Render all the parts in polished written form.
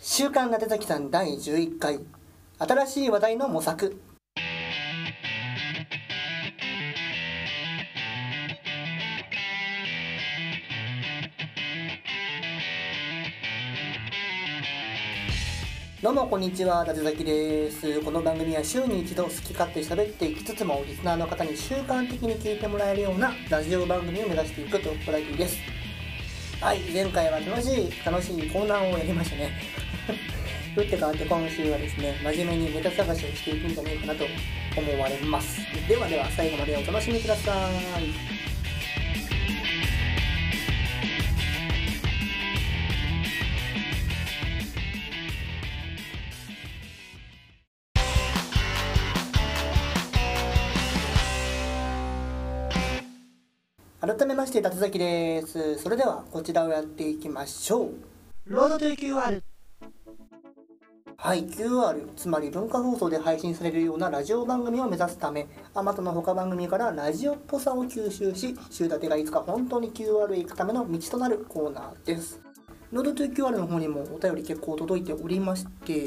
週刊伊達崎さん第11回新しい話題の模索。どうもこんにちは、伊達崎です。この番組は週に一度好き勝手喋っていきつつもリスナーの方に習慣的に聞いてもらえるようなラジオ番組を目指していくトップライティです。はい、前回は楽しいコーナーをやりましたね。打って変わって今週はですね、真面目にネタ探しをしていくんじゃないかなと思われます。では最後までお楽しみください。改めまして伊達崎です。それではこちらをやっていきましょう。ロードトゥ QR。 はい、 QR つまり文化放送で配信されるようなラジオ番組を目指すため、あまたの他番組からラジオっぽさを吸収し、週立てがいつか本当に QR へ行くための道となるコーナーです。ロードトゥ QR の方にもお便り結構届いておりまして、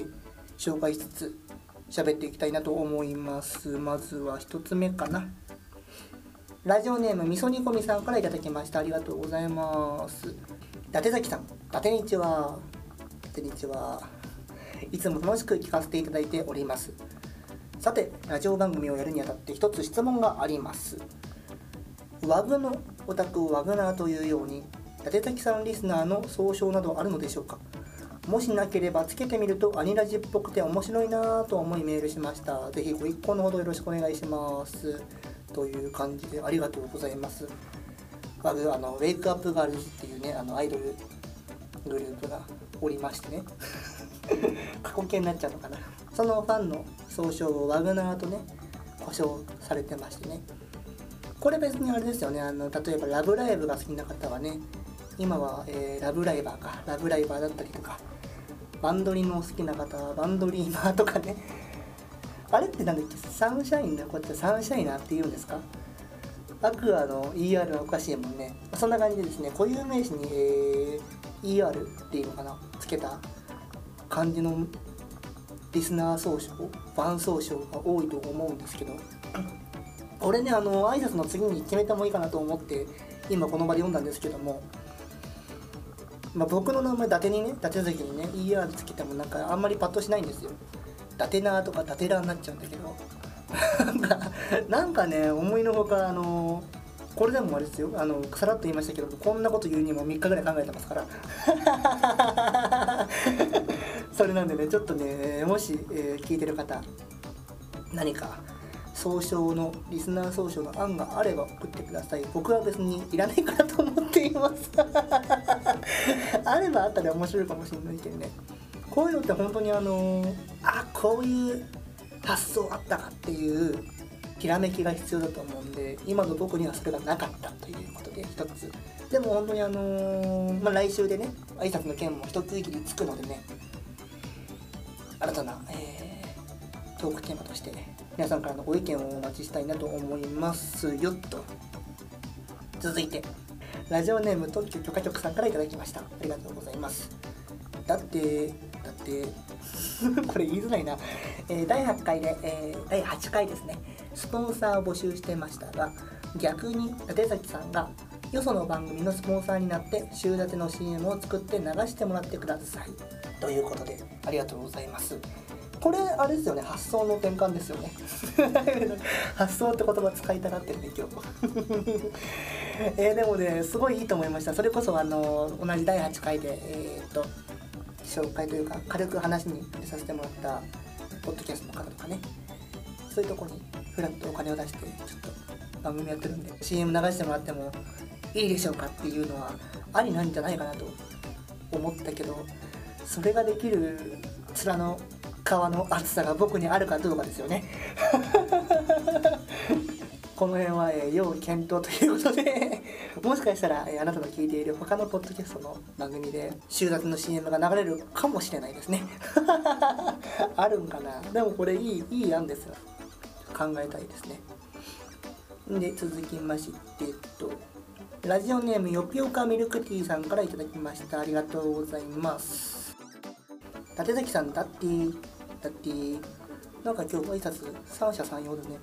紹介しつつ喋っていきたいなと思います。まずは一つ目かな。ラジオネームみそ煮込みさんからいただきました。ありがとうございます。伊達崎さん、伊達にちは。伊達にちは。いつも楽しく聞かせていただいております。さて、ラジオ番組をやるにあたって一つ質問があります。ワグのオタクをワグナーというように伊達崎さんリスナーの総称などあるのでしょうか。もしなければつけてみるとアニラジっぽくて面白いなと思いメールしました。ぜひご一行のほどよろしくお願いします。という感じでありがとうございます。ワグウェイクアップガールズっていうね、アイドルグループがおりましてね。過去形になっちゃうのかな。そのファンの総称をワグナーとね呼称されてましてね。これ別にあれですよね。例えばラブライブが好きな方はね、今は、ラブライバーだったりとか、バンドリの好きな方はバンドリーマーとかね。あれってなんだっけ、サンシャインだ、こうやってサンシャイナーって言うんですか。アクアの ER はおかしいもんね。そんな感じでですね、固有名詞に、ER っていうのかな、つけた感じのリスナー総称、ファン総称が多いと思うんですけど、これね、挨拶の次に決めてもいいかなと思って今この場で読んだんですけども、僕の名前伊達にね、伊達崎にね ER つけてもなんかあんまりパッとしないんですよ。伊達ナーとか伊達ラーになっちゃうんだけど、なんかね、思いのほかこれでもあれですよ、さらっと言いましたけど、こんなこと言うにも3日ぐらい考えてますから。それなんでね、ちょっとね、もし、聞いてる方何か総称のリスナー総称の案があれば送ってください。僕は別にいらないかなと思っています。あればあったら面白いかもしれないけどね。こういうのって本当にこういう発想あったかっていうひらめきが必要だと思うんで、今の僕にはそれがなかったということで一つ。でも本当に来週でね、挨拶の件も一区切りつくのでね、新たな、トークテーマとして皆さんからのご意見をお待ちしたいなと思いますよと。続いてラジオネーム特許許可局さんからいただきました。ありがとうございます。だってこれ言いづらいな。第8回で、第8回ですね、スポンサーを募集してましたが、逆に伊達崎さんがよその番組のスポンサーになって週立ての CM を作って流してもらってくださいということで、ありがとうございます。これあれですよね、発想の転換ですよね。発想って言葉使いたがってるね今日。でもね、すごいいいと思いました。それこそ同じ第8回で紹介というか軽く話にさせてもらったポッドキャストの方とかね、そういうとこにフラッとお金を出してちょっと番組やってるんで CM 流してもらってもいいでしょうかっていうのはありなんじゃないかなと思ったけど、それができる面の皮の厚さが僕にあるかどうかですよね。この辺は、要検討ということで、もしかしたら、あなたの聞いている他のポッドキャストの番組で週立の CM が流れるかもしれないですね。あるんかな。でもこれいい案ですよ。考えたいですね。で、続きましてラジオネームよぴおかミルクティーさんからいただきました。ありがとうございます。伊立崎さんだってなんか今日挨拶三者三様だね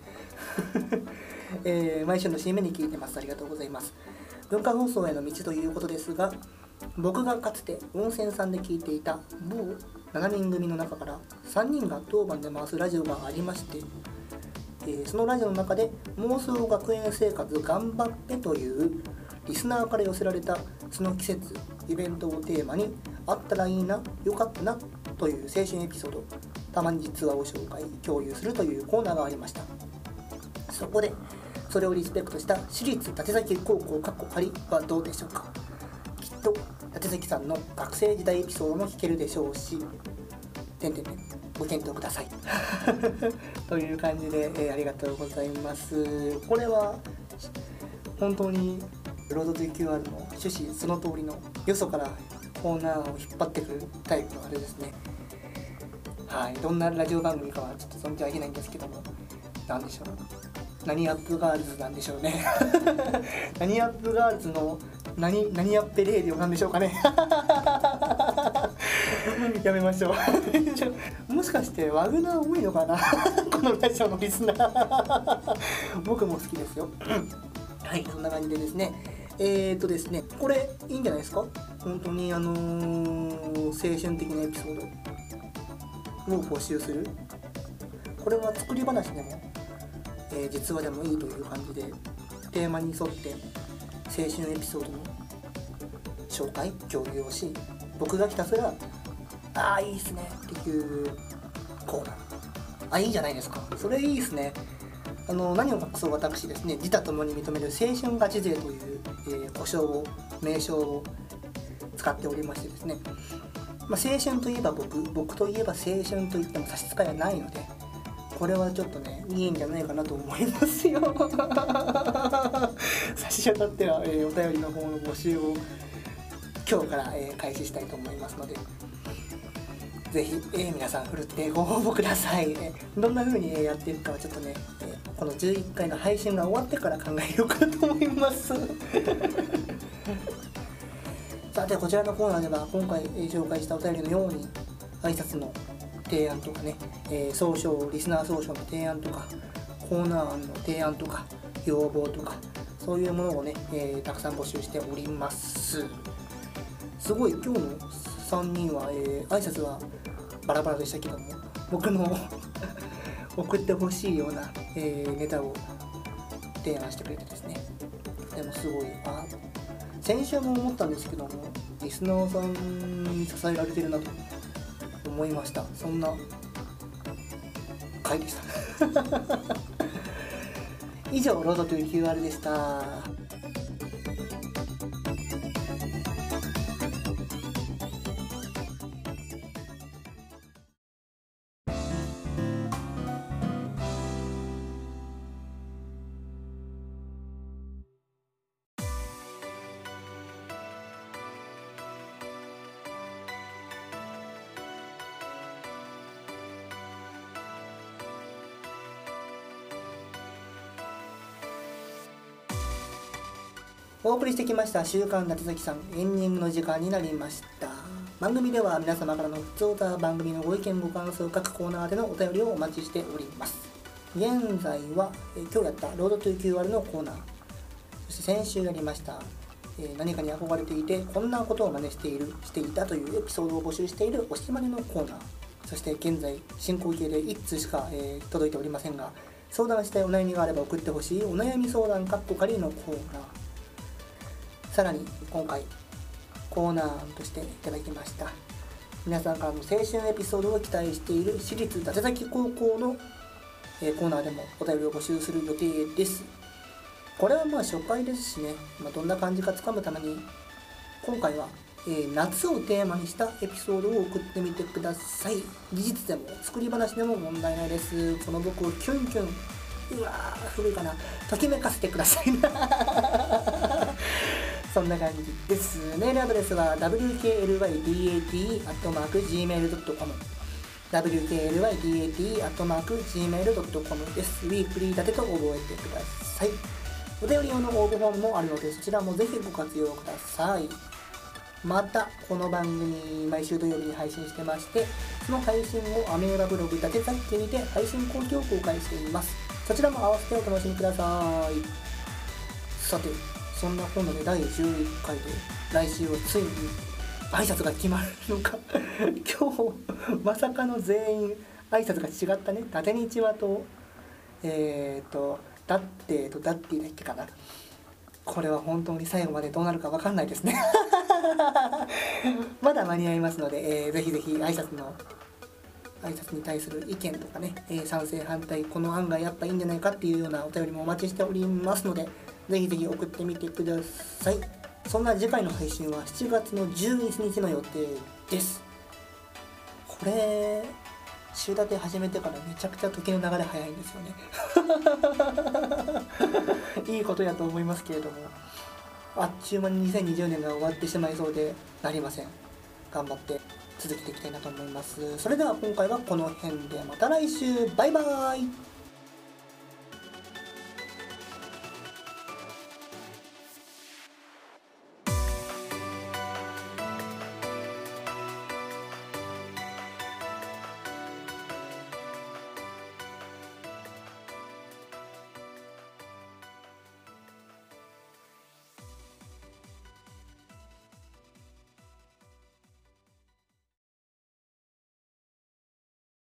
毎週の締めに聞いてます。ありがとうございます。文化放送への道ということですが、僕がかつて温泉さんで聞いていた某7人組の中から3人が当番で回すラジオがありまして、そのラジオの中で妄想学園生活頑張ってというリスナーから寄せられたその季節イベントをテーマにあったらいいな、よかったなという青春エピソード、たまに実話を紹介共有するというコーナーがありました。そこでそれをリスペクトした私立立崎高校仮はどうでしょうか。きっと立崎さんの学生時代エピソードも聞けるでしょうし、ご検討くださいという感じで、ありがとうございます。これは本当にロード 2QR の趣旨その通りのよそからコーナーを引っ張ってくるタイプのあれですね。はい、どんなラジオ番組かはちょっと存じ上げないんですけども、なんでしょう、何アップガールズなんでしょうね何アップガールズの何アップレーディオなんでしょうかねやめましょうもしかしてワグナー多いのかなこのラジオのリスナー僕も好きですよはい、そんな感じでですね、ですね、これいいんじゃないですか。本当に青春的なエピソードを募集する。これは作り話でも、実話でもいいという感じでテーマに沿って青春エピソードの紹介共有をし、僕がひたすらいいっすねっていうコーナー、いいじゃないですか。それいいっすね。何を隠そう私ですね、自他ともに認める青春ガチ勢という、名称を使っておりましてですね、青春といえば僕といえば青春といっても差し支えはないので、これはちょっとねいいんじゃないかなと思いますよ差し当たっては、お便りの方の募集を今日から、開始したいと思いますので、ぜひ、皆さんふるってご応募ください。どんな風に、やっていくかはちょっとね、この11回の配信が終わってから考えようかなと思いますさて、こちらのコーナーでは今回、紹介したお便りのように挨拶の提案とかね、リスナー総称の提案とかコーナー案の提案とか要望とかそういうものをね、たくさん募集しております。すごい今日の3人は、挨拶はバラバラでしたけども、僕の送ってほしいような、ネタを提案してくれてですね、でもすごい先週も思ったんですけども、リスナーさんに支えられてるなと思いました。そんな回でした以上、ロードという QR でした。お送りしてきました週刊立崎さん、エンディングの時間になりました。番組では皆様からの普通歌、番組のご意見ご感想、各コーナーでのお便りをお待ちしております。現在は今日やったロードトゥ QR のコーナー、そして先週やりました何かに憧れていてこんなことを真似していたというエピソードを募集しているおしまりのコーナー、そして現在進行形で1通しか、届いておりませんが、相談したいお悩みがあれば送ってほしいお悩み相談仮のコーナー、さらに今回コーナーとしていただきました皆さんからの青春エピソードを期待している私立伊達崎高校の、コーナーでもお便りを募集する予定です。これは初回ですしね、どんな感じかつかむために今回は、夏をテーマにしたエピソードを送ってみてください。事実でも作り話でも問題ないです。この僕をキュンキュン、古いかな、ときめかせてくださいそんな感じです。メールアドレスは wklydate@gmail.com wklydate@gmail.com です。ウィークリーだけと覚えてください。お便り用の応募フォームもあるので、そちらもぜひご活用ください。 またこの番組毎週土曜日に配信してまして、その配信をアメーバブログ伊達サッチにて配信後期を公開しています。そちらも合わせてお楽しみください。さて、そんなこんなで第11回で来週はついに挨拶が決まるのか今日まさかの全員挨拶が違ったね。伊達にちはとだってとだってだっけかな。これは本当に最後までどうなるか分かんないですねまだ間に合いますので、ぜひぜひ挨拶に対する意見とかね、賛成反対この案がやっぱいいんじゃないかっていうようなお便りもお待ちしておりますので、ぜひぜひ送ってみてください。そんな次回の配信は7月の11日の予定です。これ週立て始めてからめちゃくちゃ時の流れ早いんですよねいいことやと思いますけれども、あっちゅう間に2020年が終わってしまいそうでなりません。頑張って続けていきたいなと思います。それでは今回はこの辺で、また来週、バイバーイ。